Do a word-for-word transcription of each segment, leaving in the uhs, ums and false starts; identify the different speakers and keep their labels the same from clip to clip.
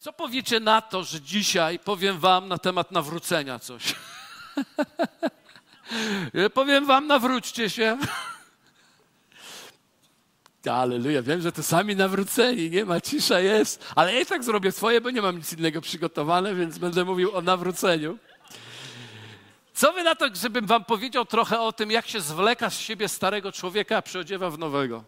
Speaker 1: Co powiecie na to, że dzisiaj powiem wam na temat nawrócenia coś? Powiem wam, nawróćcie się. Alleluja, wiem, że to sami nawróceni, nie ma, cisza jest. Ale ja i tak zrobię swoje, bo nie mam nic innego przygotowane, więc będę mówił o nawróceniu. Co wy na to, żebym wam powiedział trochę o tym, jak się zwleka z siebie starego człowieka, a przyodziewa w nowego?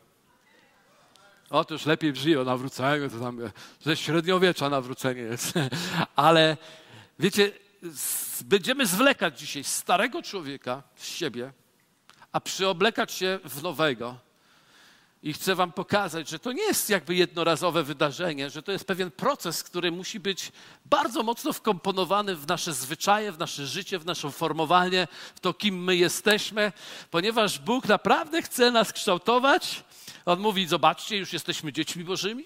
Speaker 1: O, to już lepiej brzmi o nawróceniu, to tam ze średniowiecza nawrócenie jest. Ale wiecie, z, będziemy zwlekać dzisiaj starego człowieka z siebie, a przyoblekać się w nowego. I chcę wam pokazać, że to nie jest jakby jednorazowe wydarzenie, że to jest pewien proces, który musi być bardzo mocno wkomponowany w nasze zwyczaje, w nasze życie, w nasze formowanie, w to, kim my jesteśmy, ponieważ Bóg naprawdę chce nas kształtować. On mówi, zobaczcie, już jesteśmy dziećmi Bożymi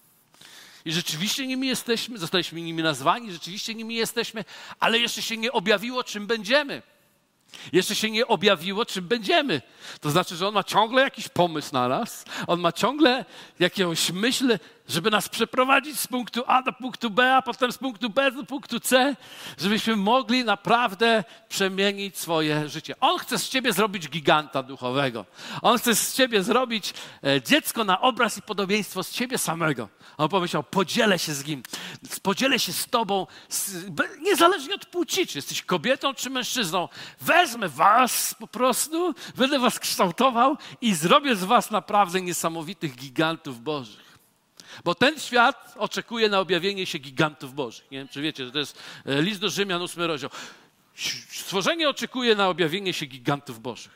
Speaker 1: i rzeczywiście nimi jesteśmy, zostaliśmy nimi nazwani, rzeczywiście nimi jesteśmy, ale jeszcze się nie objawiło, czym będziemy. Jeszcze się nie objawiło, czym będziemy. To znaczy, że On ma ciągle jakiś pomysł na nas. On ma ciągle jakąś myśl, żeby nas przeprowadzić z punktu A do punktu B, a potem z punktu B do punktu C, żebyśmy mogli naprawdę przemienić swoje życie. On chce z ciebie zrobić giganta duchowego. On chce z ciebie zrobić dziecko na obraz i podobieństwo z ciebie samego. On pomyślał, podzielę się z nim, podzielę się z tobą, niezależnie od płci, czy jesteś kobietą, czy mężczyzną. Wezmę was po prostu, będę was kształtował i zrobię z was naprawdę niesamowitych gigantów bożych. Bo ten świat oczekuje na objawienie się gigantów bożych. Nie wiem, czy wiecie, że to jest list do Rzymian, ósmy rozdział. Stworzenie oczekuje na objawienie się gigantów bożych.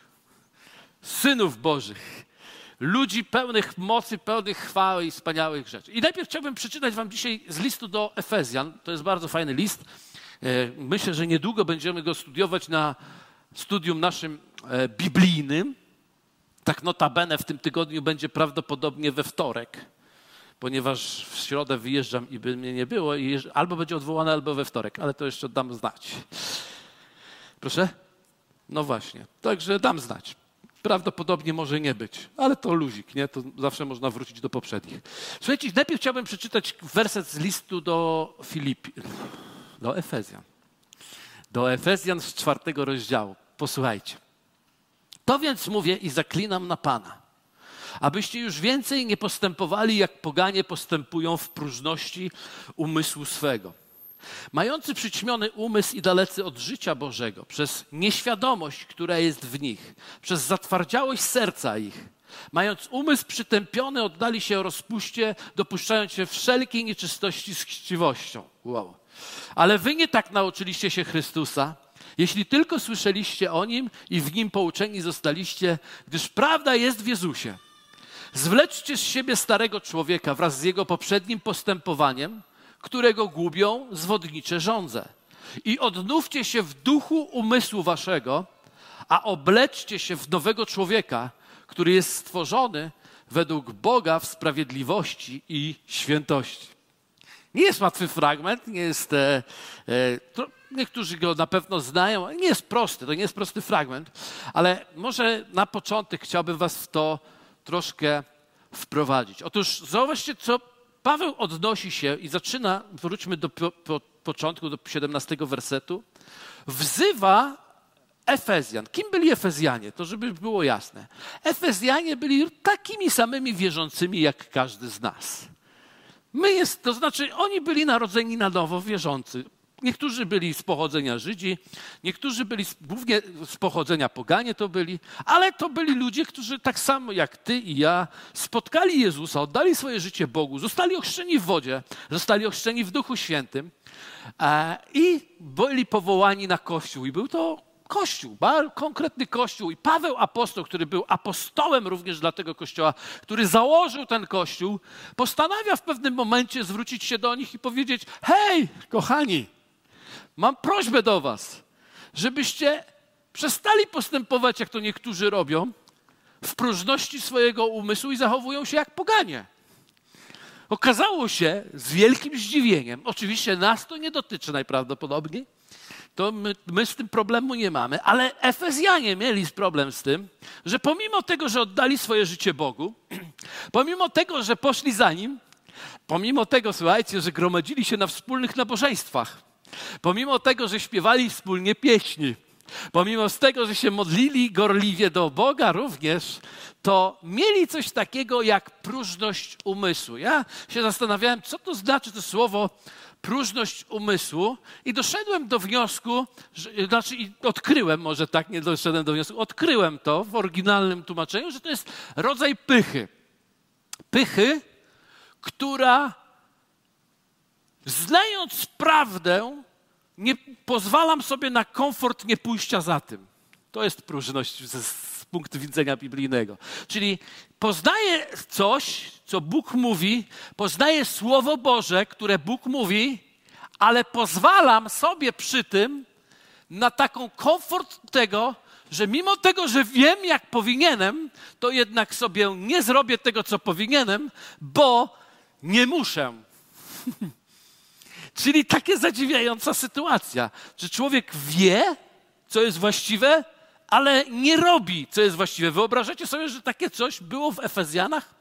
Speaker 1: Synów bożych. Ludzi pełnych mocy, pełnych chwały i wspaniałych rzeczy. I najpierw chciałbym przeczytać wam dzisiaj z listu do Efezjan. To jest bardzo fajny list. Myślę, że niedługo będziemy go studiować na studium naszym biblijnym. Tak notabene w tym tygodniu będzie prawdopodobnie we wtorek, ponieważ w środę wyjeżdżam i by mnie nie było. I albo będzie odwołane, albo we wtorek, ale to jeszcze dam znać. Proszę? No właśnie, także dam znać. Prawdopodobnie może nie być, ale to luzik, nie? To zawsze można wrócić do poprzednich. Słuchajcie, najpierw chciałbym przeczytać werset z listu do Filipi, do Efezjan. Do Efezjan z czwartego rozdziału. Posłuchajcie. To więc mówię i zaklinam na Pana, abyście już więcej nie postępowali, jak poganie postępują w próżności umysłu swego. Mający przyćmiony umysł i dalecy od życia Bożego, przez nieświadomość, która jest w nich, przez zatwardziałość serca ich, mając umysł przytępiony, oddali się rozpuście, dopuszczając się wszelkiej nieczystości z chciwością. Wow. Ale wy nie tak nauczyliście się Chrystusa, jeśli tylko słyszeliście o Nim i w Nim pouczeni zostaliście, gdyż prawda jest w Jezusie. Zwleczcie z siebie starego człowieka wraz z jego poprzednim postępowaniem, którego gubią zwodnicze żądze. I odnówcie się w duchu umysłu waszego, a obleczcie się w nowego człowieka, który jest stworzony według Boga w sprawiedliwości i świętości. Nie jest łatwy fragment, nie jest... E, e, to, niektórzy go na pewno znają, nie jest prosty, to nie jest prosty fragment, ale może na początek chciałbym was w to troszkę wprowadzić. Otóż zauważcie, co Paweł odnosi się i zaczyna, wróćmy do po, po, początku, do siedemnastego wersetu, wzywa Efezjan. Kim byli Efezjanie? To żeby było jasne. Efezjanie byli takimi samymi wierzącymi jak każdy z nas. My jest, to znaczy oni byli narodzeni na nowo wierzący. Niektórzy byli z pochodzenia Żydzi, niektórzy byli z, głównie z pochodzenia poganie to byli, ale to byli ludzie, którzy tak samo jak ty i ja spotkali Jezusa, oddali swoje życie Bogu, zostali ochrzczeni w wodzie, zostali ochrzczeni w Duchu Świętym e, i byli powołani na Kościół. I był to Kościół, bardzo konkretny Kościół. I Paweł apostoł, który był apostołem również dla tego Kościoła, który założył ten Kościół, postanawia w pewnym momencie zwrócić się do nich i powiedzieć: hej, kochani, mam prośbę do was, żebyście przestali postępować, jak to niektórzy robią, w próżności swojego umysłu i zachowują się jak poganie. Okazało się z wielkim zdziwieniem, oczywiście nas to nie dotyczy najprawdopodobniej, to my, my z tym problemu nie mamy, ale Efezjanie mieli problem z tym, że pomimo tego, że oddali swoje życie Bogu, pomimo tego, że poszli za Nim, Pomimo tego, słuchajcie, że gromadzili się na wspólnych nabożeństwach, pomimo tego, że śpiewali wspólnie pieśni, pomimo tego, że się modlili gorliwie do Boga również, to mieli coś takiego jak próżność umysłu. Ja się zastanawiałem, co to znaczy to słowo próżność umysłu i doszedłem do wniosku, że, znaczy odkryłem, może tak, nie doszedłem do wniosku, odkryłem to w oryginalnym tłumaczeniu, że to jest rodzaj pychy. Pychy, która znając prawdę, nie pozwalam sobie na komfort nie pójścia za tym. To jest próżność z, z punktu widzenia biblijnego. Czyli poznaję coś, co Bóg mówi, poznaję Słowo Boże, które Bóg mówi, ale pozwalam sobie przy tym na taką komfort tego, że mimo tego, że wiem, jak powinienem, to jednak sobie nie zrobię tego, co powinienem, bo nie muszę. Czyli taka zadziwiająca sytuacja, że człowiek wie, co jest właściwe, ale nie robi, co jest właściwe. Wyobrażacie sobie, że takie coś było w Efezjanach?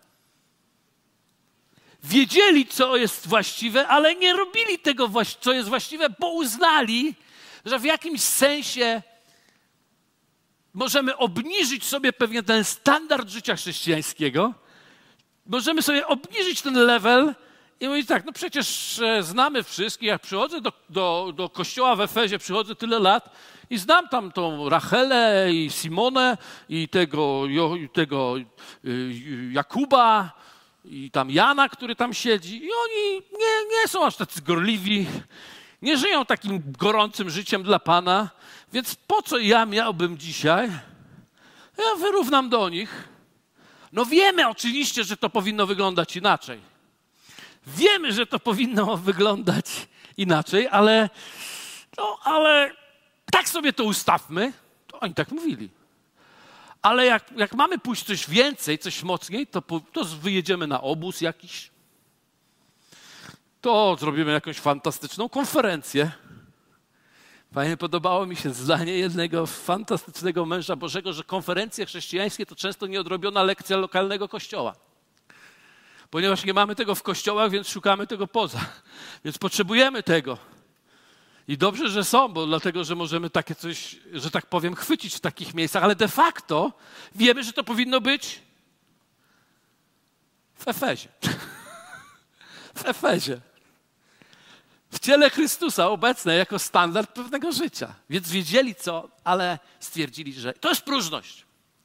Speaker 1: Wiedzieli, co jest właściwe, ale nie robili tego, co jest właściwe, bo uznali, że w jakimś sensie możemy obniżyć sobie pewnie ten standard życia chrześcijańskiego, możemy sobie obniżyć ten level i mówić tak, no przecież e, znamy wszystkich, jak przychodzę do, do, do kościoła w Efezie, przychodzę tyle lat i znam tam tą Rachelę i Simonę i tego, jo, tego y, Jakuba i tam Jana, który tam siedzi i oni nie, nie są aż tacy gorliwi, nie żyją takim gorącym życiem dla Pana, więc po co ja miałbym dzisiaj, ja wyrównam do nich. No wiemy oczywiście, że to powinno wyglądać inaczej. Wiemy, że to powinno wyglądać inaczej, ale, no, ale tak sobie to ustawmy. To oni tak mówili. Ale jak, jak mamy pójść coś więcej, coś mocniej, to, to wyjedziemy na obóz jakiś. To zrobimy jakąś fantastyczną konferencję. Fajnie podobało mi się zdanie jednego fantastycznego męża Bożego, że konferencje chrześcijańskie to często nieodrobiona lekcja lokalnego kościoła. Ponieważ nie mamy tego w kościołach, więc szukamy tego poza. Więc potrzebujemy tego. I dobrze, że są, bo dlatego, że możemy takie coś, że tak powiem, chwycić w takich miejscach, ale de facto wiemy, że to powinno być w Efezie. W Efezie. W ciele Chrystusa obecne jako standard pewnego życia. Więc wiedzieli co, ale stwierdzili, że to jest próżność.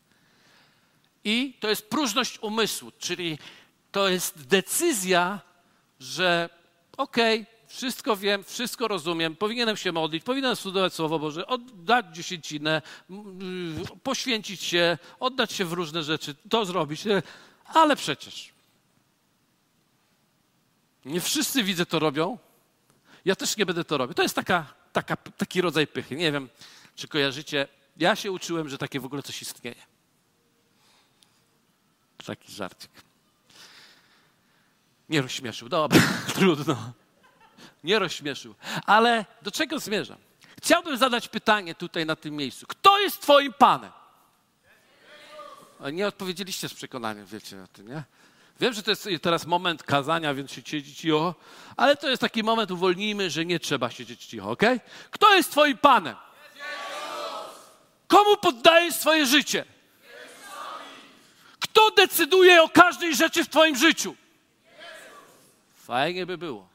Speaker 1: I to jest próżność umysłu, czyli to jest decyzja, że okej, okay, wszystko wiem, wszystko rozumiem, powinienem się modlić, powinienem studiować Słowo Boże, oddać dziesięcinę, poświęcić się, oddać się w różne rzeczy, to zrobić, ale przecież nie wszyscy, widzę, to robią. Ja też nie będę to robił. To jest taka, taka, taki rodzaj pychy. Nie wiem, czy kojarzycie. Ja się uczyłem, że takie w ogóle coś istnieje. Taki żarcik. Nie rozśmieszył. Dobra, trudno. Nie rozśmieszył. Ale do czego zmierzam? Chciałbym zadać pytanie tutaj na tym miejscu. Kto jest twoim Panem? Nie odpowiedzieliście z przekonaniem, wiecie o tym, nie? Wiem, że to jest teraz moment kazania, więc się siedzi cicho, ale to jest taki moment, uwolnijmy, że nie trzeba siedzieć cicho, okej? Okay? Kto jest twoim Panem? Jezus! Komu poddajesz swoje życie? Jezusowi! Kto decyduje o każdej rzeczy w twoim życiu? Jezus! Fajnie by było.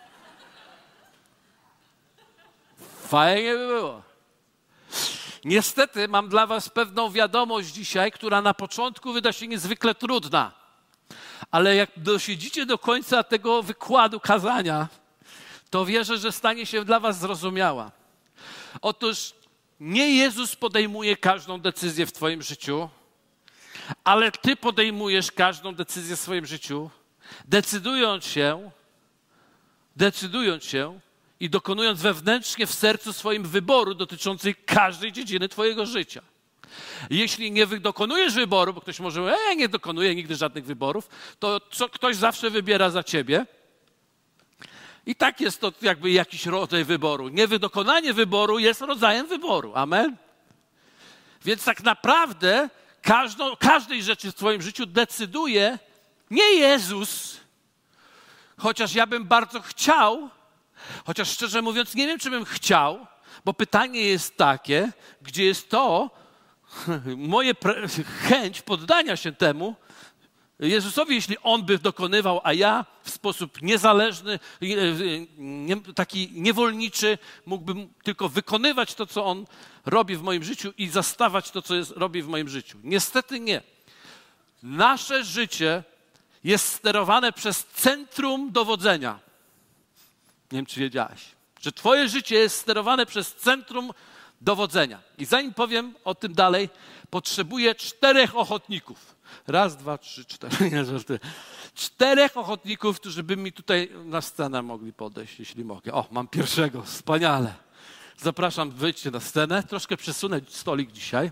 Speaker 1: Fajnie by było. Niestety mam dla was pewną wiadomość dzisiaj, która na początku wyda się niezwykle trudna. Ale jak dosiedzicie do końca tego wykładu kazania, to wierzę, że stanie się dla was zrozumiała. Otóż nie Jezus podejmuje każdą decyzję w twoim życiu, ale ty podejmujesz każdą decyzję w swoim życiu, decydując się, decydując się i dokonując wewnętrznie w sercu swoim wyboru dotyczący każdej dziedziny twojego życia. Jeśli nie dokonujesz wyboru, bo ktoś może mówić, e, nie dokonuję nigdy żadnych wyborów, to co, ktoś zawsze wybiera za ciebie. I tak jest to jakby jakiś rodzaj wyboru. Niedokonanie wyboru jest rodzajem wyboru. Amen? Więc tak naprawdę każdą, każdej rzeczy w twoim życiu decyduje nie Jezus, chociaż ja bym bardzo chciał, chociaż szczerze mówiąc nie wiem, czy bym chciał, bo pytanie jest takie, gdzie jest to, moje chęć poddania się temu Jezusowi, jeśli On by dokonywał, a ja w sposób niezależny, taki niewolniczy mógłbym tylko wykonywać to, co On robi w moim życiu i zastawać to, co jest, robi w moim życiu. Niestety nie. Nasze życie jest sterowane przez centrum dowodzenia. Nie wiem, czy wiedziałeś, że twoje życie jest sterowane przez centrum dowodzenia. I zanim powiem o tym dalej, potrzebuję czterech ochotników. Raz, dwa, trzy, cztery. Nie, żartuję. Czterech ochotników, którzy by mi tutaj na scenę mogli podejść, jeśli mogę. O, mam pierwszego. Wspaniale. Zapraszam, wyjdźcie na scenę. Troszkę przesunę stolik dzisiaj.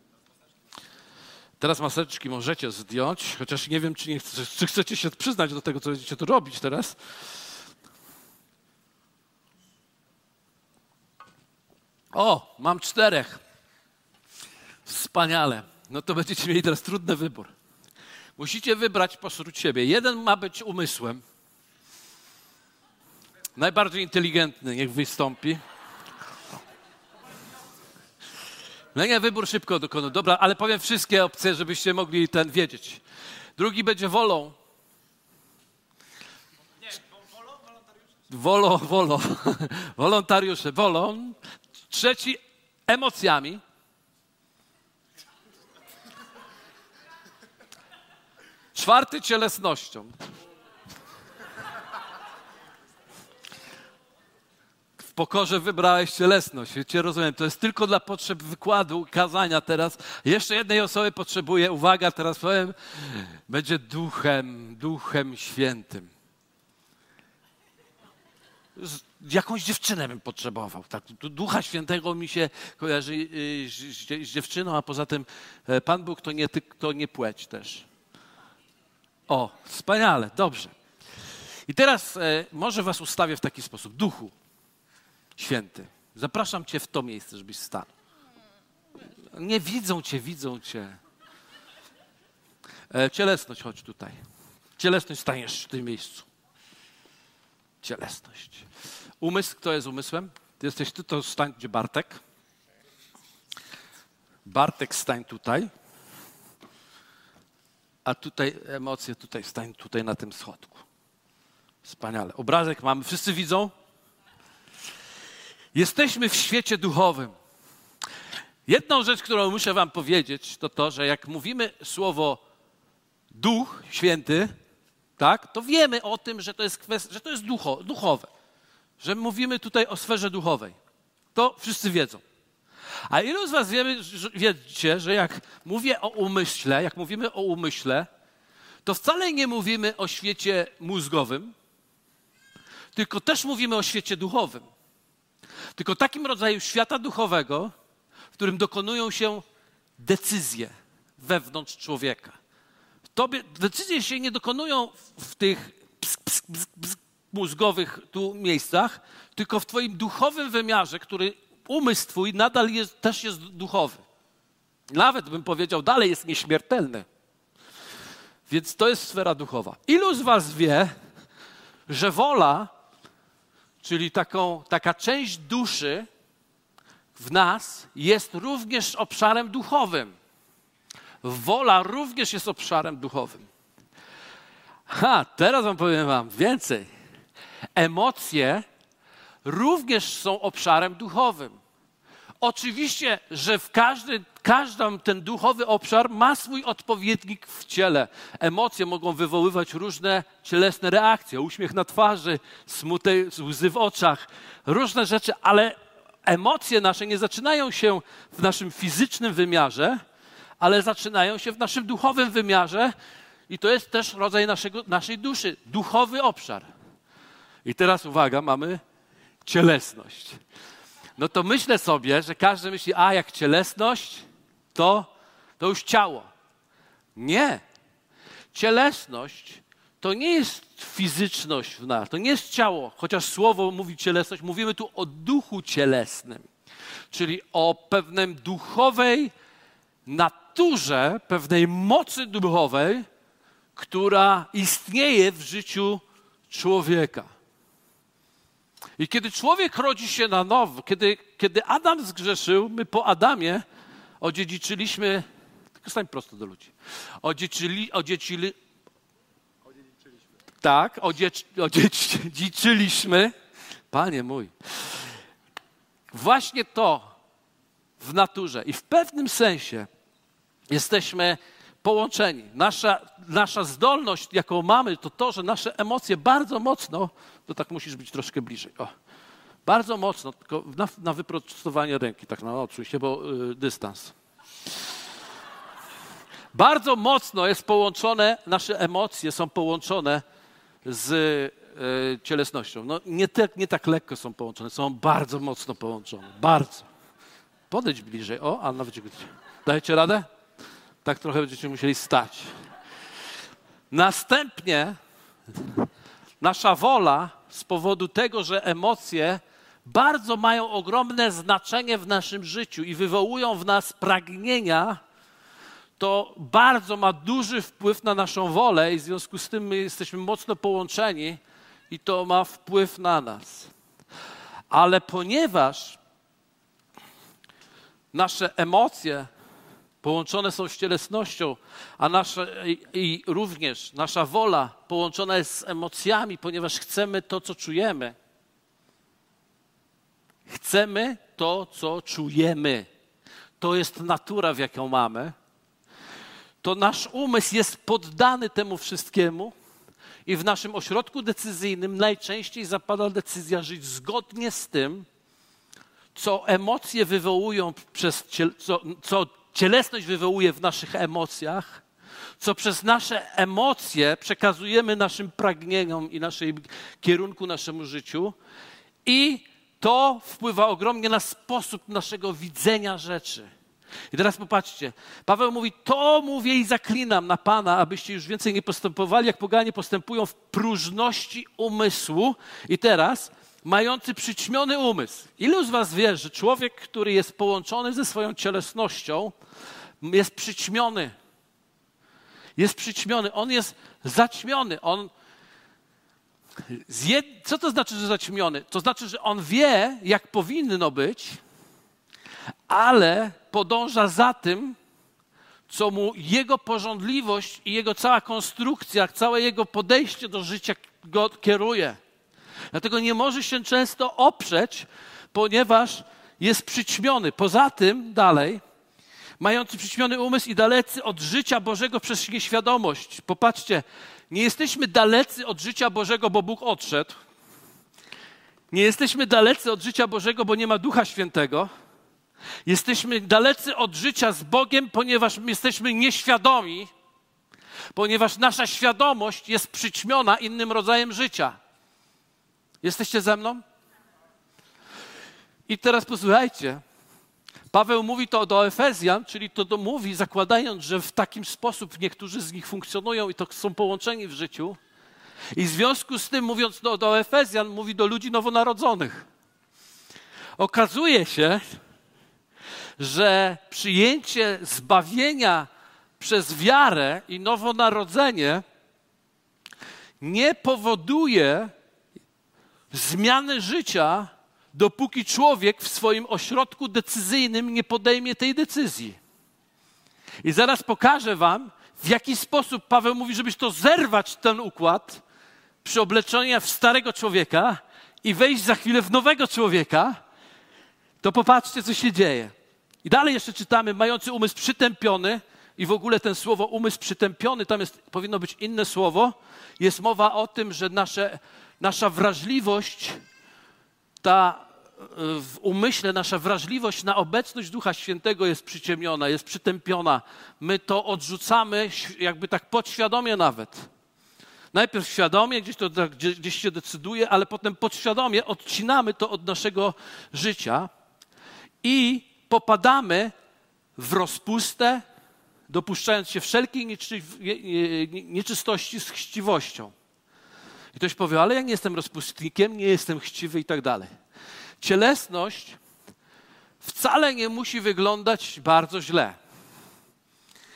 Speaker 1: Teraz maseczki możecie zdjąć, chociaż nie wiem, czy, nie chcecie, czy chcecie się przyznać do tego, co będziecie tu robić teraz. O, mam czterech. Wspaniale. No to będziecie mieli teraz trudny wybór. Musicie wybrać pośród siebie. Jeden ma być umysłem. Najbardziej inteligentny, niech wystąpi. No nie, wybór szybko dokonał. Dobra, ale powiem wszystkie opcje, żebyście mogli ten wiedzieć. Drugi będzie wolą. Nie, wolą, wolontariusze. Wolą, wolą. Wolontariusze, wolą. Trzeci emocjami. Czwarty cielesnością. W pokorze wybrałeś cielesność. Wiecie, rozumiem, to jest tylko dla potrzeb wykładu, kazania teraz. Jeszcze jednej osoby potrzebuję, uwaga, teraz powiem, będzie duchem, duchem świętym. Z jakąś dziewczynę bym potrzebował. Tak, Ducha Świętego mi się kojarzy z, z, z dziewczyną, a poza tym Pan Bóg to nie, to nie płeć też. O, wspaniale, dobrze. I teraz e, może was ustawię w taki sposób. Duchu Święty, zapraszam cię w to miejsce, żebyś stanął. Nie widzą cię, widzą cię. E, cielesność, chodź tutaj. Cielesność, staniesz w tym miejscu. Cielesność. Umysł, kto jest umysłem? Ty jesteś ty, to stań gdzie Bartek. Bartek, stań tutaj. A tutaj emocje, tutaj stań tutaj na tym schodku. Wspaniale. Obrazek mamy. Wszyscy widzą? Jesteśmy w świecie duchowym. Jedną rzecz, którą muszę wam powiedzieć, to to, że jak mówimy słowo Duch Święty, tak, to wiemy o tym, że to jest, kwestia, że to jest ducho, duchowe. Że mówimy tutaj o sferze duchowej. To wszyscy wiedzą. A ilu z was wiemy, że, wiecie, że jak mówię o umyśle, jak mówimy o umyśle, to wcale nie mówimy o świecie mózgowym, tylko też mówimy o świecie duchowym. Tylko takim rodzaju świata duchowego, w którym dokonują się decyzje wewnątrz człowieka. Tobie, decyzje się nie dokonują w tych psk, psk, psk, psk, mózgowych tu miejscach, tylko w twoim duchowym wymiarze, który umysł twój nadal jest, też jest duchowy. Nawet bym powiedział, dalej jest nieśmiertelny. Więc to jest sfera duchowa. Ilu z was wie, że wola, czyli taką, taka część duszy w nas jest również obszarem duchowym. Wola również jest obszarem duchowym. Ha, teraz wam powiem wam więcej. Emocje również są obszarem duchowym. Oczywiście, że w każdy, każdy ten duchowy obszar ma swój odpowiednik w ciele. Emocje mogą wywoływać różne cielesne reakcje, uśmiech na twarzy, smutek, łzy w oczach, różne rzeczy, ale emocje nasze nie zaczynają się w naszym fizycznym wymiarze, ale zaczynają się w naszym duchowym wymiarze i to jest też rodzaj naszego, naszej duszy, duchowy obszar. I teraz uwaga, mamy cielesność. No to myślę sobie, że każdy myśli, a jak cielesność, to, to już ciało. Nie. Cielesność to nie jest fizyczność w nas, to nie jest ciało, chociaż słowo mówi cielesność, mówimy tu o duchu cielesnym, czyli o pewnej duchowej naturze, pewnej mocy duchowej, która istnieje w życiu człowieka. I kiedy człowiek rodzi się na nowo, kiedy, kiedy Adam zgrzeszył, my po Adamie odziedziczyliśmy, tylko stań prosto do ludzi, odziedziczyli, odziedzicili, tak, odziedz, odziedziczyliśmy, Panie mój, właśnie to w naturze i w pewnym sensie jesteśmy połączeni. Nasza, nasza zdolność, jaką mamy, to to, że nasze emocje bardzo mocno, to tak musisz być troszkę bliżej, o, bardzo mocno, tylko na, na wyprostowanie ręki, tak na odczuj się, bo y, dystans. Bardzo mocno jest połączone, nasze emocje są połączone z y, cielesnością. No, nie, te, nie tak lekko są połączone, są bardzo mocno połączone, bardzo. Podejdź bliżej, o, a nawet dajecie radę? Tak trochę będziecie musieli stać. Następnie nasza wola z powodu tego, że emocje bardzo mają ogromne znaczenie w naszym życiu i wywołują w nas pragnienia, to bardzo ma duży wpływ na naszą wolę i w związku z tym my jesteśmy mocno połączeni i to ma wpływ na nas. Ale ponieważ nasze emocje połączone są z cielesnością, a nasze, i, i również nasza wola połączona jest z emocjami, ponieważ chcemy to, co czujemy. Chcemy to, co czujemy. To jest natura, w jaką mamy. To nasz umysł jest poddany temu wszystkiemu i w naszym ośrodku decyzyjnym najczęściej zapada decyzja żyć zgodnie z tym, co emocje wywołują przez, co, co cielesność wywołuje w naszych emocjach, co przez nasze emocje przekazujemy naszym pragnieniom i naszej kierunku naszemu życiu i to wpływa ogromnie na sposób naszego widzenia rzeczy. I teraz popatrzcie, Paweł mówi, to mówię i zaklinam na Pana, abyście już więcej nie postępowali, jak poganie postępują w próżności umysłu. I teraz, mający przyćmiony umysł. Ilu z was wie, że człowiek, który jest połączony ze swoją cielesnością, jest przyćmiony. Jest przyćmiony, on jest zaćmiony. On zjed... Co to znaczy, że zaćmiony? To znaczy, że on wie, jak powinno być, ale podąża za tym, co mu jego pożądliwość i jego cała konstrukcja, całe jego podejście do życia go kieruje. Dlatego nie może się często oprzeć, ponieważ jest przyćmiony. Poza tym, dalej, mający przyćmiony umysł i dalecy od życia Bożego przez nieświadomość. Popatrzcie, nie jesteśmy dalecy od życia Bożego, bo Bóg odszedł. Nie jesteśmy dalecy od życia Bożego, bo nie ma Ducha Świętego. Jesteśmy dalecy od życia z Bogiem, ponieważ jesteśmy nieświadomi, ponieważ nasza świadomość jest przyćmiona innym rodzajem życia. Jesteście ze mną? I teraz posłuchajcie. Paweł mówi to do Efezjan, czyli to do, mówi, zakładając, że w takim sposób niektórzy z nich funkcjonują i to są połączeni w życiu. I w związku z tym, mówiąc do, do Efezjan, mówi do ludzi nowonarodzonych. Okazuje się, że przyjęcie zbawienia przez wiarę i nowonarodzenie nie powoduje zmiany życia, dopóki człowiek w swoim ośrodku decyzyjnym nie podejmie tej decyzji. I zaraz pokażę wam, w jaki sposób Paweł mówi, żebyś to zerwać ten układ przyobleczenia w starego człowieka i wejść za chwilę w nowego człowieka, to popatrzcie, co się dzieje. I dalej jeszcze czytamy, mający umysł przytępiony i w ogóle ten słowo umysł przytępiony, tam jest, powinno być inne słowo. Jest mowa o tym, że nasze, nasza wrażliwość, ta w umyśle, nasza wrażliwość na obecność Ducha Świętego jest przyciemniona, jest przytępiona. My to odrzucamy jakby tak podświadomie nawet. Najpierw świadomie, gdzieś, to, gdzieś, gdzieś się decyduje, ale potem podświadomie odcinamy to od naszego życia i popadamy w rozpustę, dopuszczając się wszelkiej nieczy, nieczystości z chciwością. I ktoś powie, ale ja nie jestem rozpustnikiem, nie jestem chciwy i tak dalej. Cielesność wcale nie musi wyglądać bardzo źle.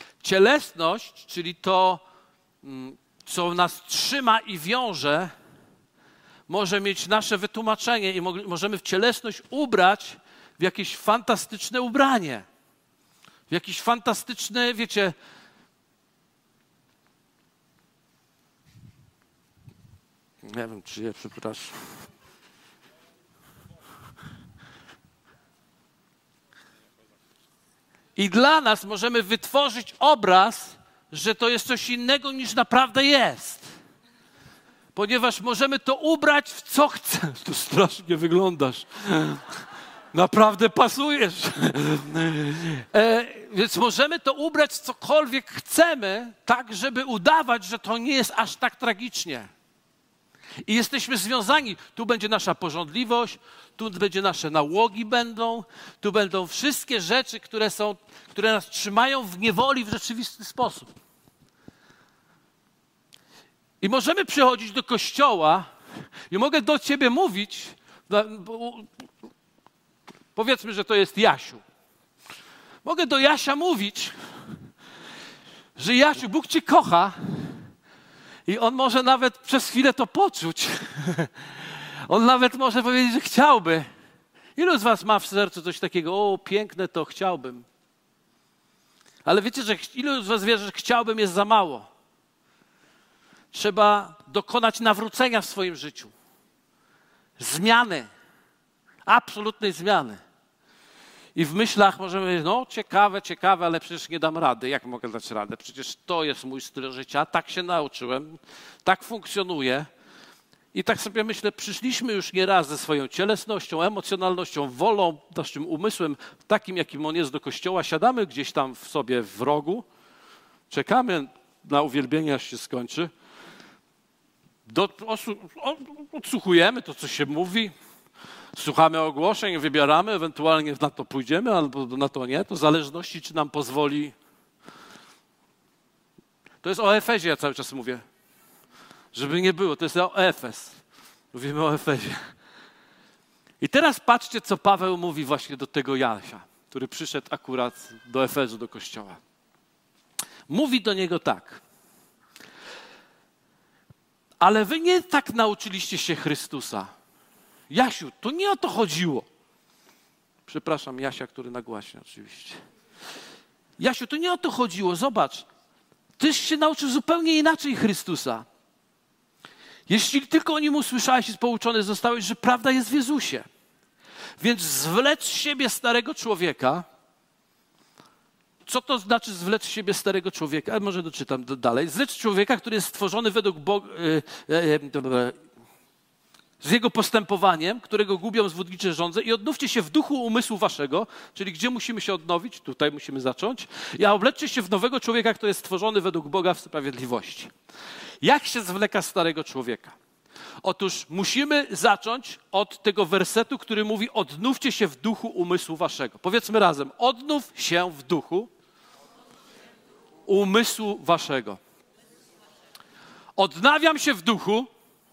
Speaker 1: Cielesność, czyli to, co nas trzyma i wiąże, może mieć nasze wytłumaczenie i możemy w cielesność ubrać w jakieś fantastyczne ubranie. W jakiś fantastyczny, wiecie, nie wiem, czy je, przepraszam. I dla nas możemy wytworzyć obraz, że to jest coś innego niż naprawdę jest. Ponieważ możemy to ubrać w co chcemy. Tu strasznie wyglądasz. Naprawdę pasujesz. E, więc możemy to ubrać w cokolwiek chcemy, tak żeby udawać, że to nie jest aż tak tragicznie. I jesteśmy związani. Tu będzie nasza pożądliwość, tu będzie nasze nałogi będą, tu będą wszystkie rzeczy, które są, które nas trzymają w niewoli w rzeczywisty sposób. I możemy przychodzić do kościoła i mogę do ciebie mówić, powiedzmy, że to jest Jasiu. Mogę do Jasia mówić, że Jasiu, Bóg cię kocha i on może nawet przez chwilę to poczuć. On nawet może powiedzieć, że chciałby. Ilu z was ma w sercu coś takiego, o piękne to chciałbym. Ale wiecie, że ilu z was wie, że chciałbym jest za mało. Trzeba dokonać nawrócenia w swoim życiu. Zmiany. Absolutnej zmiany. I w myślach możemy powiedzieć, no ciekawe, ciekawe, ale przecież nie dam rady. Jak mogę dać radę? Przecież to jest mój styl życia, tak się nauczyłem, tak funkcjonuje. I tak sobie myślę, przyszliśmy już nieraz ze swoją cielesnością, emocjonalnością, wolą, naszym umysłem, takim jakim on jest do kościoła. Siadamy gdzieś tam w sobie w rogu, czekamy na uwielbienie, aż się skończy. Do, osu, odsłuchujemy to, co się mówi, słuchamy ogłoszeń, wybieramy, ewentualnie na to pójdziemy, albo na to nie. To w zależności, czy nam pozwoli. To jest o Efezie, ja cały czas mówię. Żeby nie było, to jest o Efes. Mówimy o Efezie. I teraz patrzcie, co Paweł mówi właśnie do tego Jasia, który przyszedł akurat do Efezu, do kościoła. Mówi do niego tak. Ale wy nie tak nauczyliście się Chrystusa. Jasiu, to nie o to chodziło. Przepraszam Jasia, który nagłaśnia oczywiście. Jasiu, to nie o to chodziło. Zobacz, tyś się nauczył zupełnie inaczej Chrystusa. Jeśli tylko o nim usłyszałeś i pouczony zostałeś, że prawda jest w Jezusie. Więc zwlecz z siebie starego człowieka. Co to znaczy zwlecz z siebie starego człowieka? Może doczytam dalej. Zwlecz człowieka, który jest stworzony według Boga, e, e, e, z jego postępowaniem, którego gubią zwodnicze żądze i odnówcie się w duchu umysłu waszego, czyli gdzie musimy się odnowić? Tutaj musimy zacząć. I obleczcie się w nowego człowieka, który jest stworzony według Boga w sprawiedliwości. Jak się zwleka starego człowieka? Otóż musimy zacząć od tego wersetu, który mówi odnówcie się w duchu umysłu waszego. Powiedzmy razem, odnów się w duchu umysłu waszego. Odnawiam się w duchu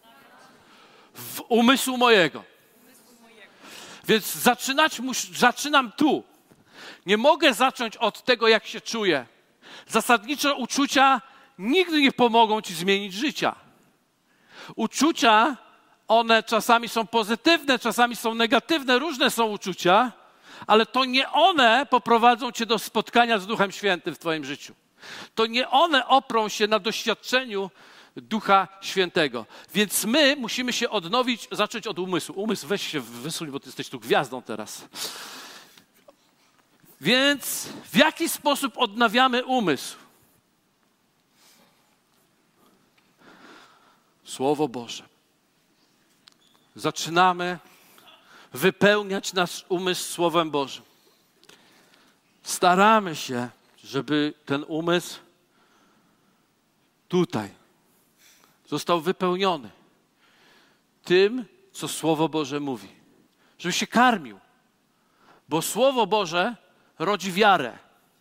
Speaker 1: w umysłu mojego. Więc zaczynać mus, zaczynam tu. Nie mogę zacząć od tego, jak się czuję. Zasadniczo uczucia nigdy nie pomogą ci zmienić życia. Uczucia, one czasami są pozytywne, czasami są negatywne, różne są uczucia, ale to nie one poprowadzą cię do spotkania z Duchem Świętym w twoim życiu. To nie one oprą się na doświadczeniu Ducha Świętego. Więc my musimy się odnowić, zacząć od umysłu. Umysł, weź się wysuń, bo ty jesteś tu gwiazdą teraz. Więc w jaki sposób odnawiamy umysł? Słowo Boże. Zaczynamy wypełniać nasz umysł Słowem Bożym. Staramy się, żeby ten umysł tutaj został wypełniony tym, co Słowo Boże mówi. Żeby się karmił. Bo Słowo Boże rodzi wiarę.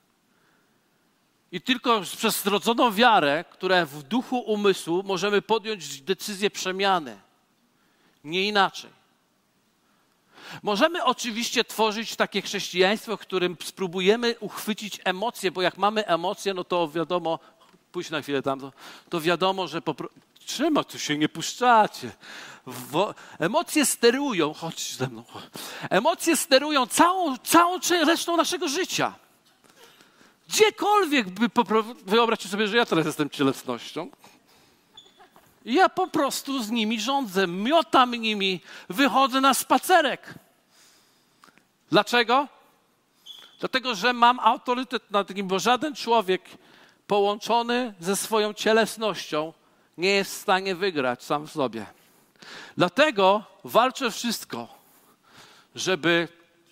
Speaker 1: I tylko przez zrodzoną wiarę, która w duchu umysłu możemy podjąć decyzję przemiany. Nie inaczej. Możemy oczywiście tworzyć takie chrześcijaństwo, w którym spróbujemy uchwycić emocje, bo jak mamy emocje, no to wiadomo, pójdź na chwilę tam, to, to wiadomo, że po prostu, czemu tu się nie puszczacie? Wo, emocje sterują, chodź ze mną, emocje sterują całą, całą resztą naszego życia. Gdziekolwiek, by popro... wyobraźcie sobie, że ja teraz jestem cielesnością. I ja po prostu z nimi rządzę, miotam nimi, wychodzę na spacerek. Dlaczego? Dlatego, że mam autorytet nad nim, bo żaden człowiek połączony ze swoją cielesnością nie jest w stanie wygrać sam w sobie. Dlatego walczę wszystko, żeby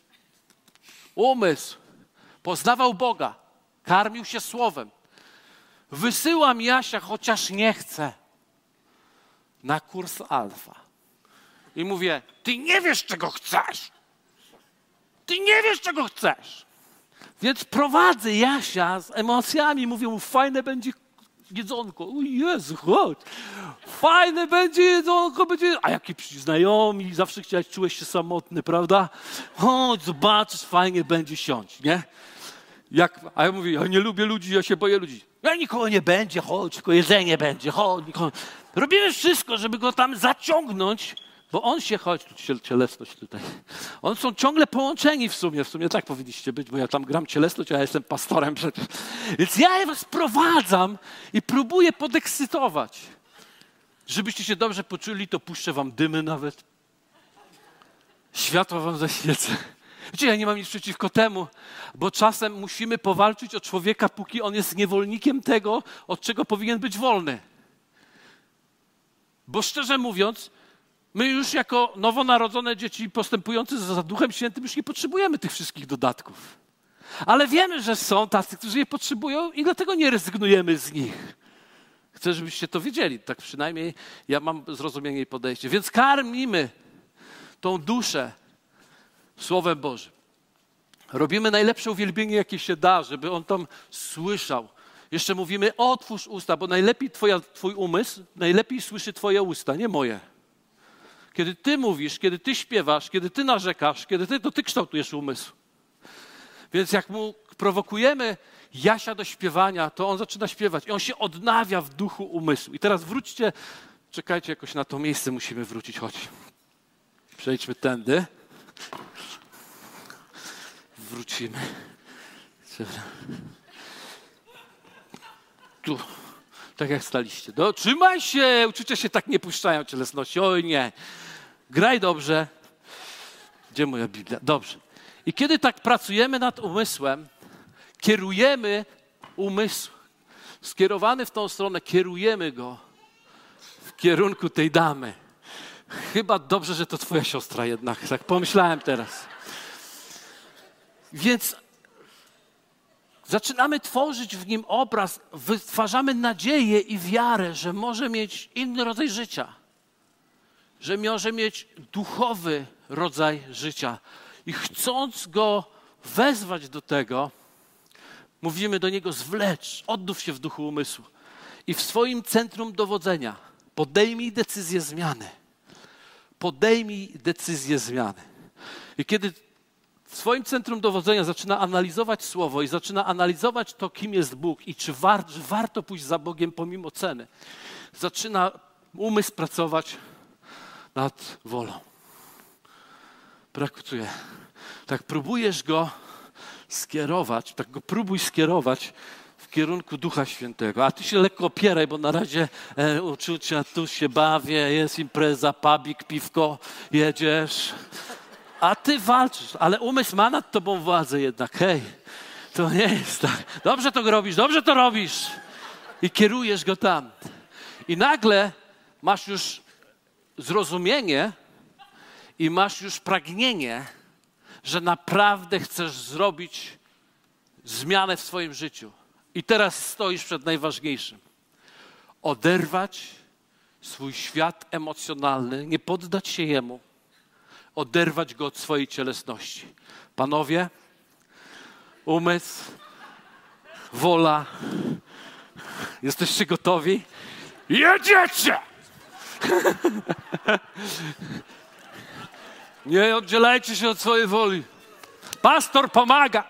Speaker 1: umysł poznawał Boga, karmił się Słowem. Wysyłam Jasia, chociaż nie chcę, na kurs alfa. I mówię, ty nie wiesz, czego chcesz. Ty nie wiesz, czego chcesz. Więc prowadzę Jasia z emocjami, mówię mu, fajne będzie jedzonko. O Jezu, chodź. Fajne będzie jedzonko, będzie... A jakie znajomi, zawsze chciałeś, czułeś się samotny, prawda? Chodź, zobaczysz, fajnie będzie, siąść, nie? Jak... A ja mówię, ja nie lubię ludzi, ja się boję ludzi. Ja nikogo nie będzie, chodź, tylko jedzenie będzie, chodź. Nikogo... Robimy wszystko, żeby go tam zaciągnąć, bo on się, chodź, tu cielesność tutaj. Oni są ciągle połączeni w sumie, w sumie tak powinniście być, bo ja tam gram cielesność, a ja jestem pastorem przecież. Więc ja was prowadzam i próbuję podekscytować. Żebyście się dobrze poczuli, to puszczę wam dymy nawet. Światło wam zaświecę. Wiecie, ja nie mam nic przeciwko temu, bo czasem musimy powalczyć o człowieka, póki on jest niewolnikiem tego, od czego powinien być wolny. Bo szczerze mówiąc, my już jako nowonarodzone dzieci postępujące za Duchem Świętym już nie potrzebujemy tych wszystkich dodatków. Ale wiemy, że są tacy, którzy je potrzebują i dlatego nie rezygnujemy z nich. Chcę, żebyście to wiedzieli. Tak przynajmniej ja mam zrozumienie i podejście. Więc karmimy tą duszę Słowem Bożym. Robimy najlepsze uwielbienie, jakie się da, żeby on tam słyszał. Jeszcze mówimy, otwórz usta, bo najlepiej twoja, twój umysł, najlepiej słyszy twoje usta, nie moje. Kiedy ty mówisz, kiedy ty śpiewasz, kiedy ty narzekasz, kiedy ty, to ty kształtujesz umysł. Więc jak mu prowokujemy Jasia do śpiewania, to on zaczyna śpiewać i on się odnawia w duchu umysłu. I teraz wróćcie, czekajcie, jakoś na to miejsce musimy wrócić, chodź. Przejdźmy tędy. Wrócimy. Tu, tak jak staliście. No, trzymaj się, uczucia się tak nie puszczają cielesności. Oj nie. Graj dobrze. Gdzie moja Biblia? Dobrze. I kiedy tak pracujemy nad umysłem, kierujemy umysł, skierowany w tą stronę, kierujemy go w kierunku tej damy. Chyba dobrze, że to twoja siostra jednak. Tak pomyślałem teraz. Więc zaczynamy tworzyć w nim obraz, wytwarzamy nadzieję i wiarę, że może mieć inny rodzaj życia. Że może mieć duchowy rodzaj życia. I chcąc go wezwać do tego, mówimy do niego zwlecz, oddów się w duchu umysłu. I w swoim centrum dowodzenia podejmij decyzję zmiany. Podejmij decyzję zmiany. I kiedy w swoim centrum dowodzenia zaczyna analizować Słowo i zaczyna analizować to, kim jest Bóg i czy war, warto pójść za Bogiem pomimo ceny, zaczyna umysł pracować nad wolą. Brakuje. Tak próbujesz go skierować, tak go próbuj skierować w kierunku Ducha Świętego. A ty się lekko opieraj, bo na razie e, uczucia, tu się bawię, jest impreza, pubik, piwko, jedziesz. A ty walczysz, ale umysł ma nad tobą władzę jednak. Hej, to nie jest tak. Dobrze to robisz, dobrze to robisz. I kierujesz go tam. I nagle masz już zrozumienie i masz już pragnienie, że naprawdę chcesz zrobić zmianę w swoim życiu. I teraz stoisz przed najważniejszym. Oderwać swój świat emocjonalny, nie poddać się jemu, oderwać go od swojej cielesności. Panowie, umysł, wola, jesteście gotowi? Jedziecie! Nie oddzielajcie się od swojej woli. Pastor pomaga.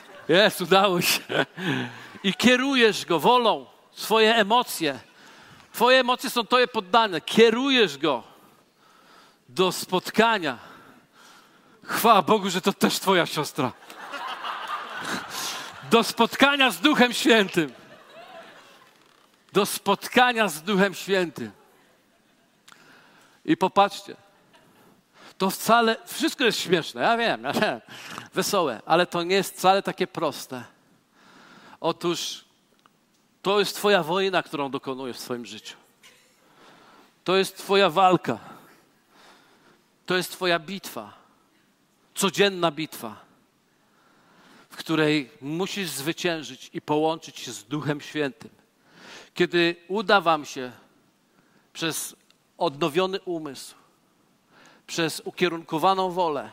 Speaker 1: Jest, udało się. I kierujesz go wolą, swoje emocje Twoje emocje są Tobie poddane. Kierujesz go do spotkania. Chwała Bogu, że to też Twoja siostra. Do spotkania z Duchem Świętym. Do spotkania z Duchem Świętym. I popatrzcie. To wcale, wszystko jest śmieszne, ja wiem, ja wiem, wesołe, ale to nie jest wcale takie proste. Otóż to jest Twoja wojna, którą dokonujesz w swoim życiu. To jest Twoja walka. To jest Twoja bitwa. Codzienna bitwa, w której musisz zwyciężyć i połączyć się z Duchem Świętym. Kiedy uda wam się przez odnowiony umysł, przez ukierunkowaną wolę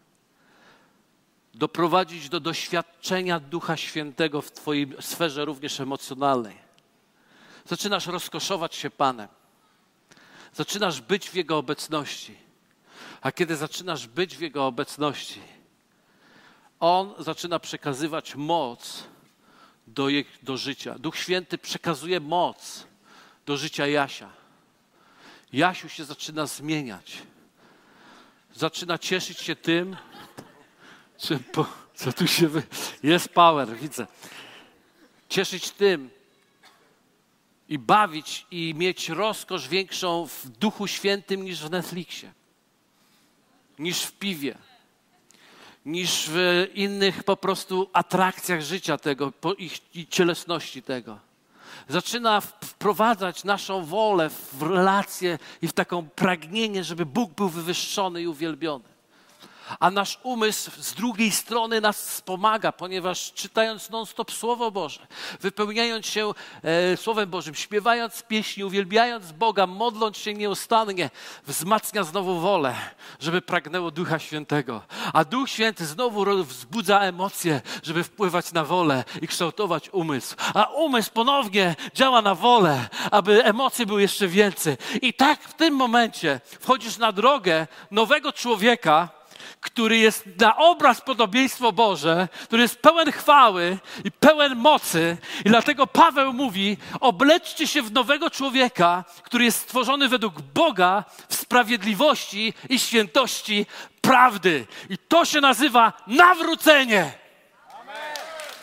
Speaker 1: doprowadzić do doświadczenia Ducha Świętego w Twojej sferze również emocjonalnej. Zaczynasz rozkoszować się Panem. Zaczynasz być w Jego obecności. A kiedy zaczynasz być w Jego obecności, On zaczyna przekazywać moc do, je, do życia. Duch Święty przekazuje moc do życia Jasia. Jasiu się zaczyna zmieniać. Zaczyna cieszyć się tym, czy po, co tu się... Wy... Jest power, widzę. Cieszyć tym i bawić i mieć rozkosz większą w Duchu Świętym niż w Netflixie, niż w piwie, niż w innych po prostu atrakcjach życia tego i cielesności tego. Zaczyna wprowadzać naszą wolę w relację i w taką pragnienie, żeby Bóg był wywyższony i uwielbiony. A nasz umysł z drugiej strony nas wspomaga, ponieważ czytając non-stop Słowo Boże, wypełniając się e, Słowem Bożym, śpiewając pieśni, uwielbiając Boga, modląc się nieustannie, wzmacnia znowu wolę, żeby pragnęło Ducha Świętego. A Duch Święty znowu wzbudza emocje, żeby wpływać na wolę i kształtować umysł. A umysł ponownie działa na wolę, aby emocje były jeszcze więcej. I tak w tym momencie wchodzisz na drogę nowego człowieka, który jest na obraz podobieństwo Boże, który jest pełen chwały i pełen mocy. I dlatego Paweł mówi, obleczcie się w nowego człowieka, który jest stworzony według Boga w sprawiedliwości i świętości prawdy. I to się nazywa nawrócenie. Amen.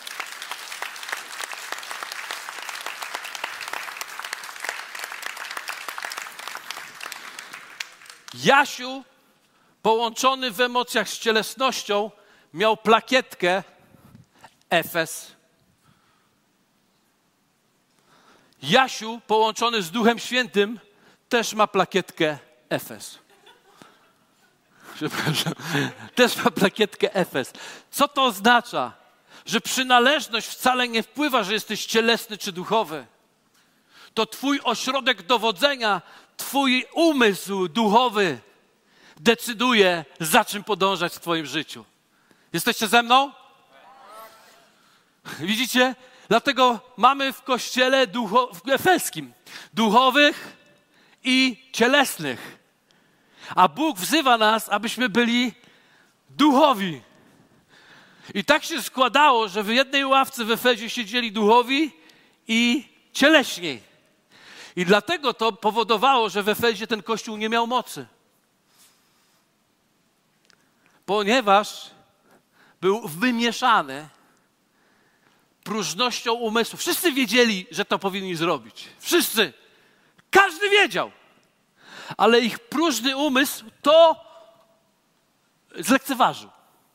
Speaker 1: Jasiu, połączony w emocjach z cielesnością, miał plakietkę Efes. Jasiu, połączony z Duchem Świętym, też ma plakietkę Efes. Przepraszam. Też ma plakietkę Efes. Co to oznacza? Że przynależność wcale nie wpływa, że jesteś cielesny czy duchowy. To twój ośrodek dowodzenia, twój umysł duchowy decyduje, za czym podążać w twoim życiu. Jesteście ze mną? Widzicie? Dlatego mamy w kościele ducho, w efeskim duchowych i cielesnych. A Bóg wzywa nas, abyśmy byli duchowi. I tak się składało, że w jednej ławce w Efezie siedzieli duchowi i cieleśni. I dlatego to powodowało, że w Efezie ten kościół nie miał mocy. Ponieważ był wymieszany próżnością umysłu. Wszyscy wiedzieli, że to powinni zrobić. Wszyscy. Każdy wiedział. Ale ich próżny umysł to zlekceważył.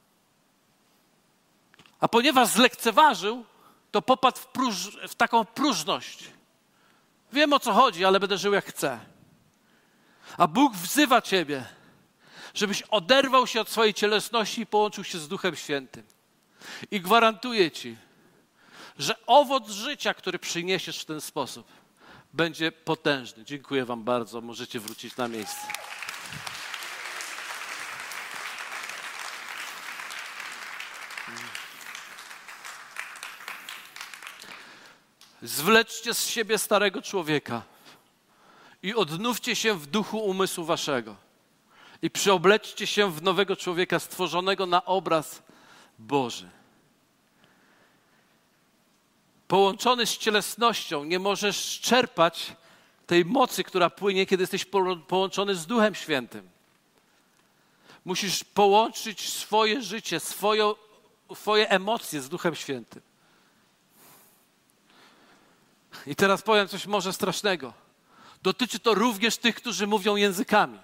Speaker 1: A ponieważ zlekceważył, to popadł w, próż, w taką próżność. Wiem, o co chodzi, ale będę żył jak chcę. A Bóg wzywa ciebie, żebyś oderwał się od swojej cielesności i połączył się z Duchem Świętym. I gwarantuję ci, że owoc życia, który przyniesiesz w ten sposób, będzie potężny. Dziękuję wam bardzo. Możecie wrócić na miejsce. Zwleczcie z siebie starego człowieka i odnówcie się w duchu umysłu waszego. I przyobleczcie się w nowego człowieka stworzonego na obraz Boży. Połączony z cielesnością nie możesz czerpać tej mocy, która płynie, kiedy jesteś połączony z Duchem Świętym. Musisz połączyć swoje życie, swoje, swoje emocje z Duchem Świętym. I teraz powiem coś może strasznego. Dotyczy to również tych, którzy mówią językami.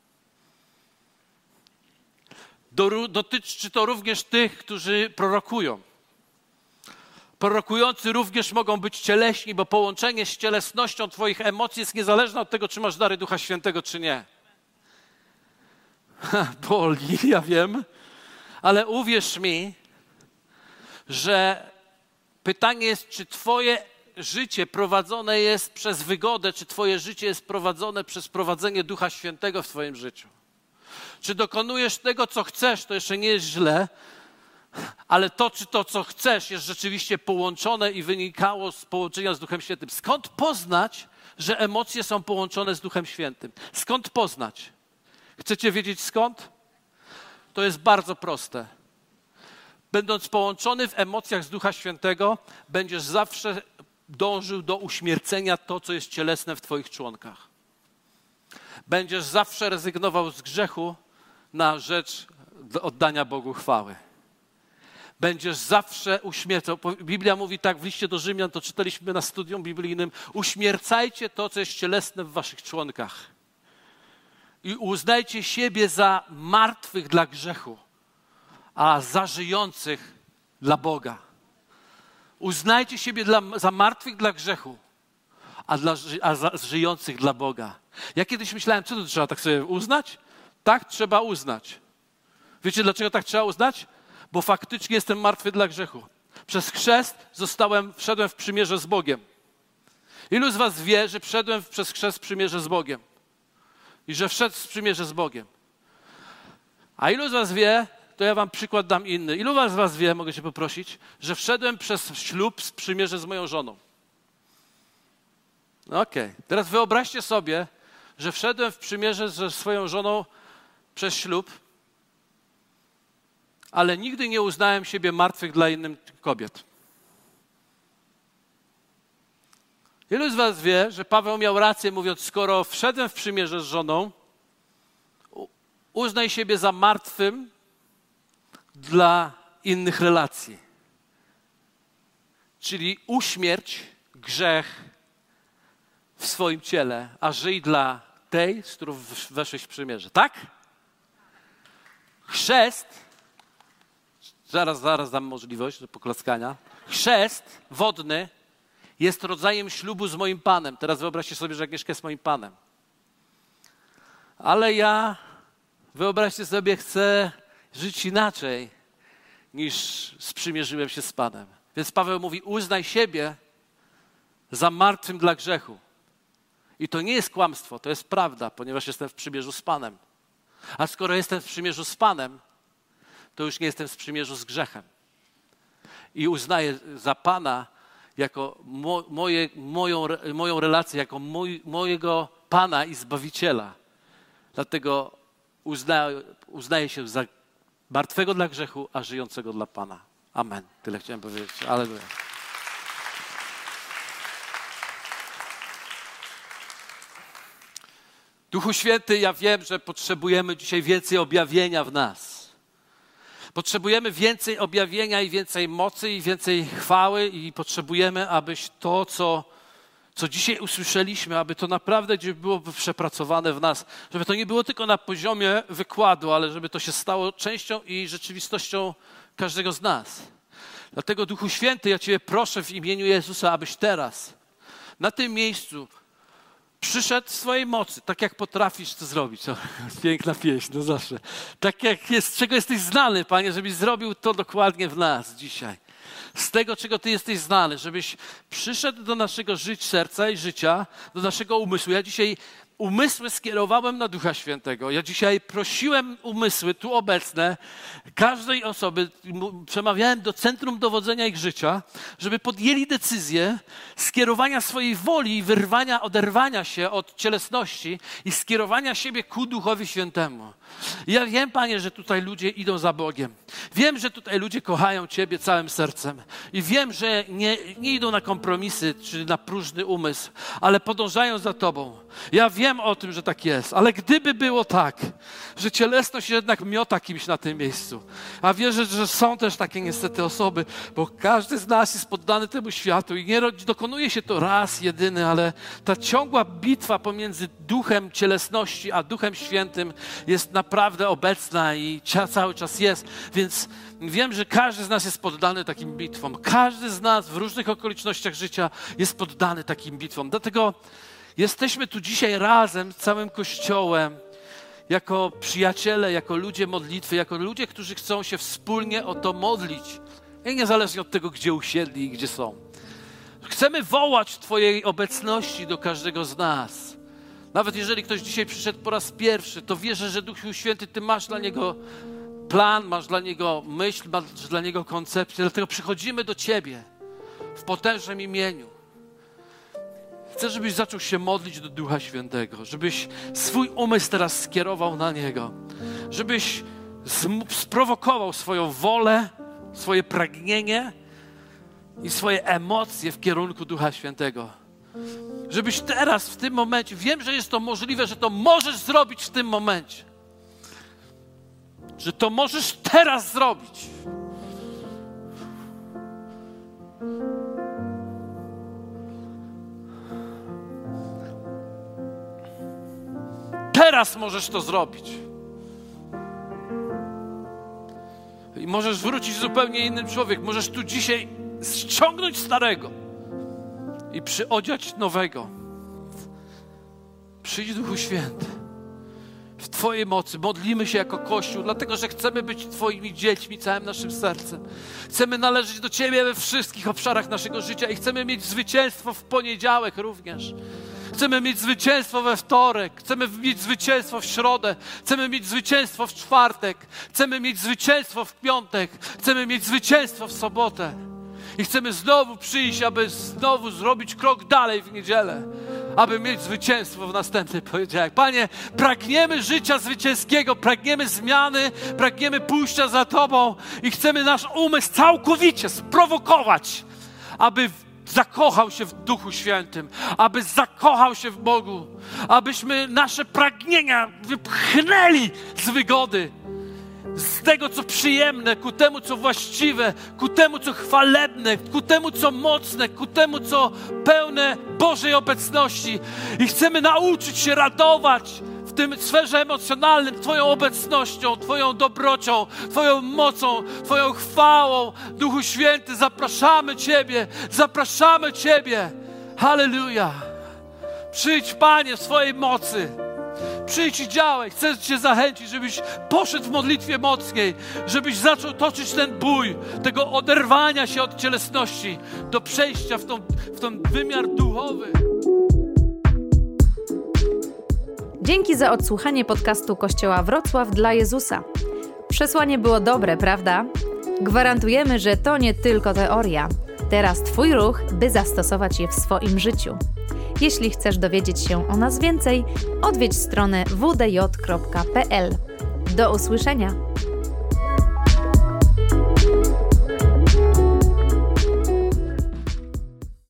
Speaker 1: Do, dotyczy to również tych, którzy prorokują. Prorokujący również mogą być cieleśni, bo połączenie z cielesnością twoich emocji jest niezależne od tego, czy masz dary Ducha Świętego, czy nie. Boli, ja wiem, ale uwierz mi, że pytanie jest, czy twoje życie prowadzone jest przez wygodę, czy twoje życie jest prowadzone przez prowadzenie Ducha Świętego w twoim życiu. Czy dokonujesz tego, co chcesz, to jeszcze nie jest źle, ale to, czy to, co chcesz, jest rzeczywiście połączone i wynikało z połączenia z Duchem Świętym. Skąd poznać, że emocje są połączone z Duchem Świętym? Skąd poznać? Chcecie wiedzieć skąd? To jest bardzo proste. Będąc połączony w emocjach z Ducha Świętego, będziesz zawsze dążył do uśmiercenia to, co jest cielesne w twoich członkach. Będziesz zawsze rezygnował z grzechu na rzecz oddania Bogu chwały. Będziesz zawsze uśmiercał. Biblia mówi tak w liście do Rzymian, to czytaliśmy na studium biblijnym, uśmiercajcie to, co jest cielesne w waszych członkach. I uznajcie siebie za martwych dla grzechu, a za żyjących dla Boga. Uznajcie siebie dla, za martwych dla grzechu, a, dla, a za żyjących dla Boga. Ja kiedyś myślałem, co to trzeba tak sobie uznać? Tak trzeba uznać. Wiecie, dlaczego tak trzeba uznać? Bo faktycznie jestem martwy dla grzechu. Przez chrzest zostałem, wszedłem w przymierze z Bogiem. Ilu z was wie, że wszedłem przez chrzest w przymierze z Bogiem? I że wszedł w przymierze z Bogiem. A ilu z was wie, to ja wam przykład dam inny. Ilu z was wie, mogę się poprosić, że wszedłem przez ślub w przymierze z moją żoną? Okej. Okay. Teraz wyobraźcie sobie, że wszedłem w przymierze ze swoją żoną przez ślub, ale nigdy nie uznałem siebie martwych dla innych kobiet. Ilu z was wie, że Paweł miał rację, mówiąc, skoro wszedłem w przymierze z żoną, uznaj siebie za martwym dla innych relacji. Czyli uśmierć grzech w swoim ciele, a żyj dla tej, z którą weszłeś w przymierze. Tak? Chrzest, zaraz, zaraz dam możliwość do poklaskania. Chrzest wodny jest rodzajem ślubu z moim Panem. Teraz wyobraźcie sobie, że Agnieszka jest moim Panem. Ale ja, wyobraźcie sobie, chcę żyć inaczej, niż sprzymierzyłem się z Panem. Więc Paweł mówi, uznaj siebie za martwym dla grzechu. I to nie jest kłamstwo, to jest prawda, ponieważ jestem w przymierzu z Panem. A skoro jestem w przymierzu z Panem, to już nie jestem w przymierzu z grzechem. I uznaję za Pana jako mo, moje, moją, moją relację, jako mój, mojego Pana i Zbawiciela. Dlatego uzna, uznaję się za martwego dla grzechu, a żyjącego dla Pana. Amen. Tyle chciałem powiedzieć. Alleluja. Duchu Święty, ja wiem, że potrzebujemy dzisiaj więcej objawienia w nas. Potrzebujemy więcej objawienia i więcej mocy i więcej chwały i potrzebujemy, abyś to, co, co dzisiaj usłyszeliśmy, aby to naprawdę gdzieś było przepracowane w nas. Żeby to nie było tylko na poziomie wykładu, ale żeby to się stało częścią i rzeczywistością każdego z nas. Dlatego, Duchu Święty, ja Ciebie proszę w imieniu Jezusa, abyś teraz na tym miejscu przyszedł w swojej mocy, tak jak potrafisz to zrobić. O, piękna pieśń, no zawsze. Tak jak jest, z czego jesteś znany, Panie, żebyś zrobił to dokładnie w nas dzisiaj. Z tego, czego Ty jesteś znany, żebyś przyszedł do naszego żyć, serca i życia, do naszego umysłu. Ja dzisiaj umysły skierowałem na Ducha Świętego. Ja dzisiaj prosiłem umysły tu obecne, każdej osoby, przemawiałem do centrum dowodzenia ich życia, żeby podjęli decyzję skierowania swojej woli i wyrwania, oderwania się od cielesności i skierowania siebie ku Duchowi Świętemu. I ja wiem, Panie, że tutaj ludzie idą za Bogiem. Wiem, że tutaj ludzie kochają Ciebie całym sercem. I wiem, że nie, nie idą na kompromisy czy na próżny umysł, ale podążają za Tobą. Ja wiem o tym, że tak jest, ale gdyby było tak, że cielesność jednak miota kimś na tym miejscu, a wierzę, że są też takie niestety osoby, bo każdy z nas jest poddany temu światu i nie dokonuje się to raz jedyny, ale ta ciągła bitwa pomiędzy duchem cielesności a Duchem Świętym jest naprawdę obecna i cały czas jest, więc wiem, że każdy z nas jest poddany takim bitwom. Każdy z nas w różnych okolicznościach życia jest poddany takim bitwom. Dlatego jesteśmy tu dzisiaj razem z całym Kościołem, jako przyjaciele, jako ludzie modlitwy, jako ludzie, którzy chcą się wspólnie o to modlić. I niezależnie od tego, gdzie usiedli i gdzie są. Chcemy wołać Twojej obecności do każdego z nas. Nawet jeżeli ktoś dzisiaj przyszedł po raz pierwszy, to wierzę, że Duchu Święty, Ty masz dla niego plan, masz dla niego myśl, masz dla niego koncepcję. Dlatego przychodzimy do Ciebie w potężnym imieniu. Chcę, żebyś zaczął się modlić do Ducha Świętego, żebyś swój umysł teraz skierował na Niego, żebyś sprowokował swoją wolę, swoje pragnienie i swoje emocje w kierunku Ducha Świętego. Żebyś teraz, w tym momencie, wiem, że jest to możliwe, że to możesz zrobić w tym momencie. Że to możesz teraz zrobić. Teraz możesz to zrobić. I możesz wrócić zupełnie innym człowiek. Możesz tu dzisiaj ściągnąć starego i przyodziać nowego. Przyjdź, Duchu Święty, w Twojej mocy. Modlimy się jako Kościół, dlatego że chcemy być Twoimi dziećmi całym naszym sercem. Chcemy należeć do Ciebie we wszystkich obszarach naszego życia i chcemy mieć zwycięstwo w poniedziałek również. Chcemy mieć zwycięstwo we wtorek, chcemy mieć zwycięstwo w środę, chcemy mieć zwycięstwo w czwartek, chcemy mieć zwycięstwo w piątek, chcemy mieć zwycięstwo w sobotę. I chcemy znowu przyjść, aby znowu zrobić krok dalej w niedzielę, aby mieć zwycięstwo w następny poniedziałek. Panie, pragniemy życia zwycięskiego, pragniemy zmiany, pragniemy pójścia za Tobą i chcemy nasz umysł całkowicie sprowokować, aby zakochał się w Duchu Świętym, aby zakochał się w Bogu, abyśmy nasze pragnienia wypchnęli z wygody, z tego, co przyjemne, ku temu, co właściwe, ku temu, co chwalebne, ku temu, co mocne, ku temu, co pełne Bożej obecności. I chcemy nauczyć się radować w tym sferze emocjonalnym Twoją obecnością, Twoją dobrocią, Twoją mocą, Twoją chwałą. Duchu Święty, zapraszamy Ciebie, zapraszamy Ciebie. Halleluja. Przyjdź, Panie, w swojej mocy. Przyjdź i działaj. Chcę Cię zachęcić, żebyś poszedł w modlitwie mocniej, żebyś zaczął toczyć ten bój, tego oderwania się od cielesności do przejścia w, tą, w ten wymiar duchowy.
Speaker 2: Dzięki za odsłuchanie podcastu Kościoła Wrocław dla Jezusa. Przesłanie było dobre, prawda? Gwarantujemy, że to nie tylko teoria. Teraz Twój ruch, by zastosować je w swoim życiu. Jeśli chcesz dowiedzieć się o nas więcej, odwiedź stronę w d j kropka p l. Do usłyszenia!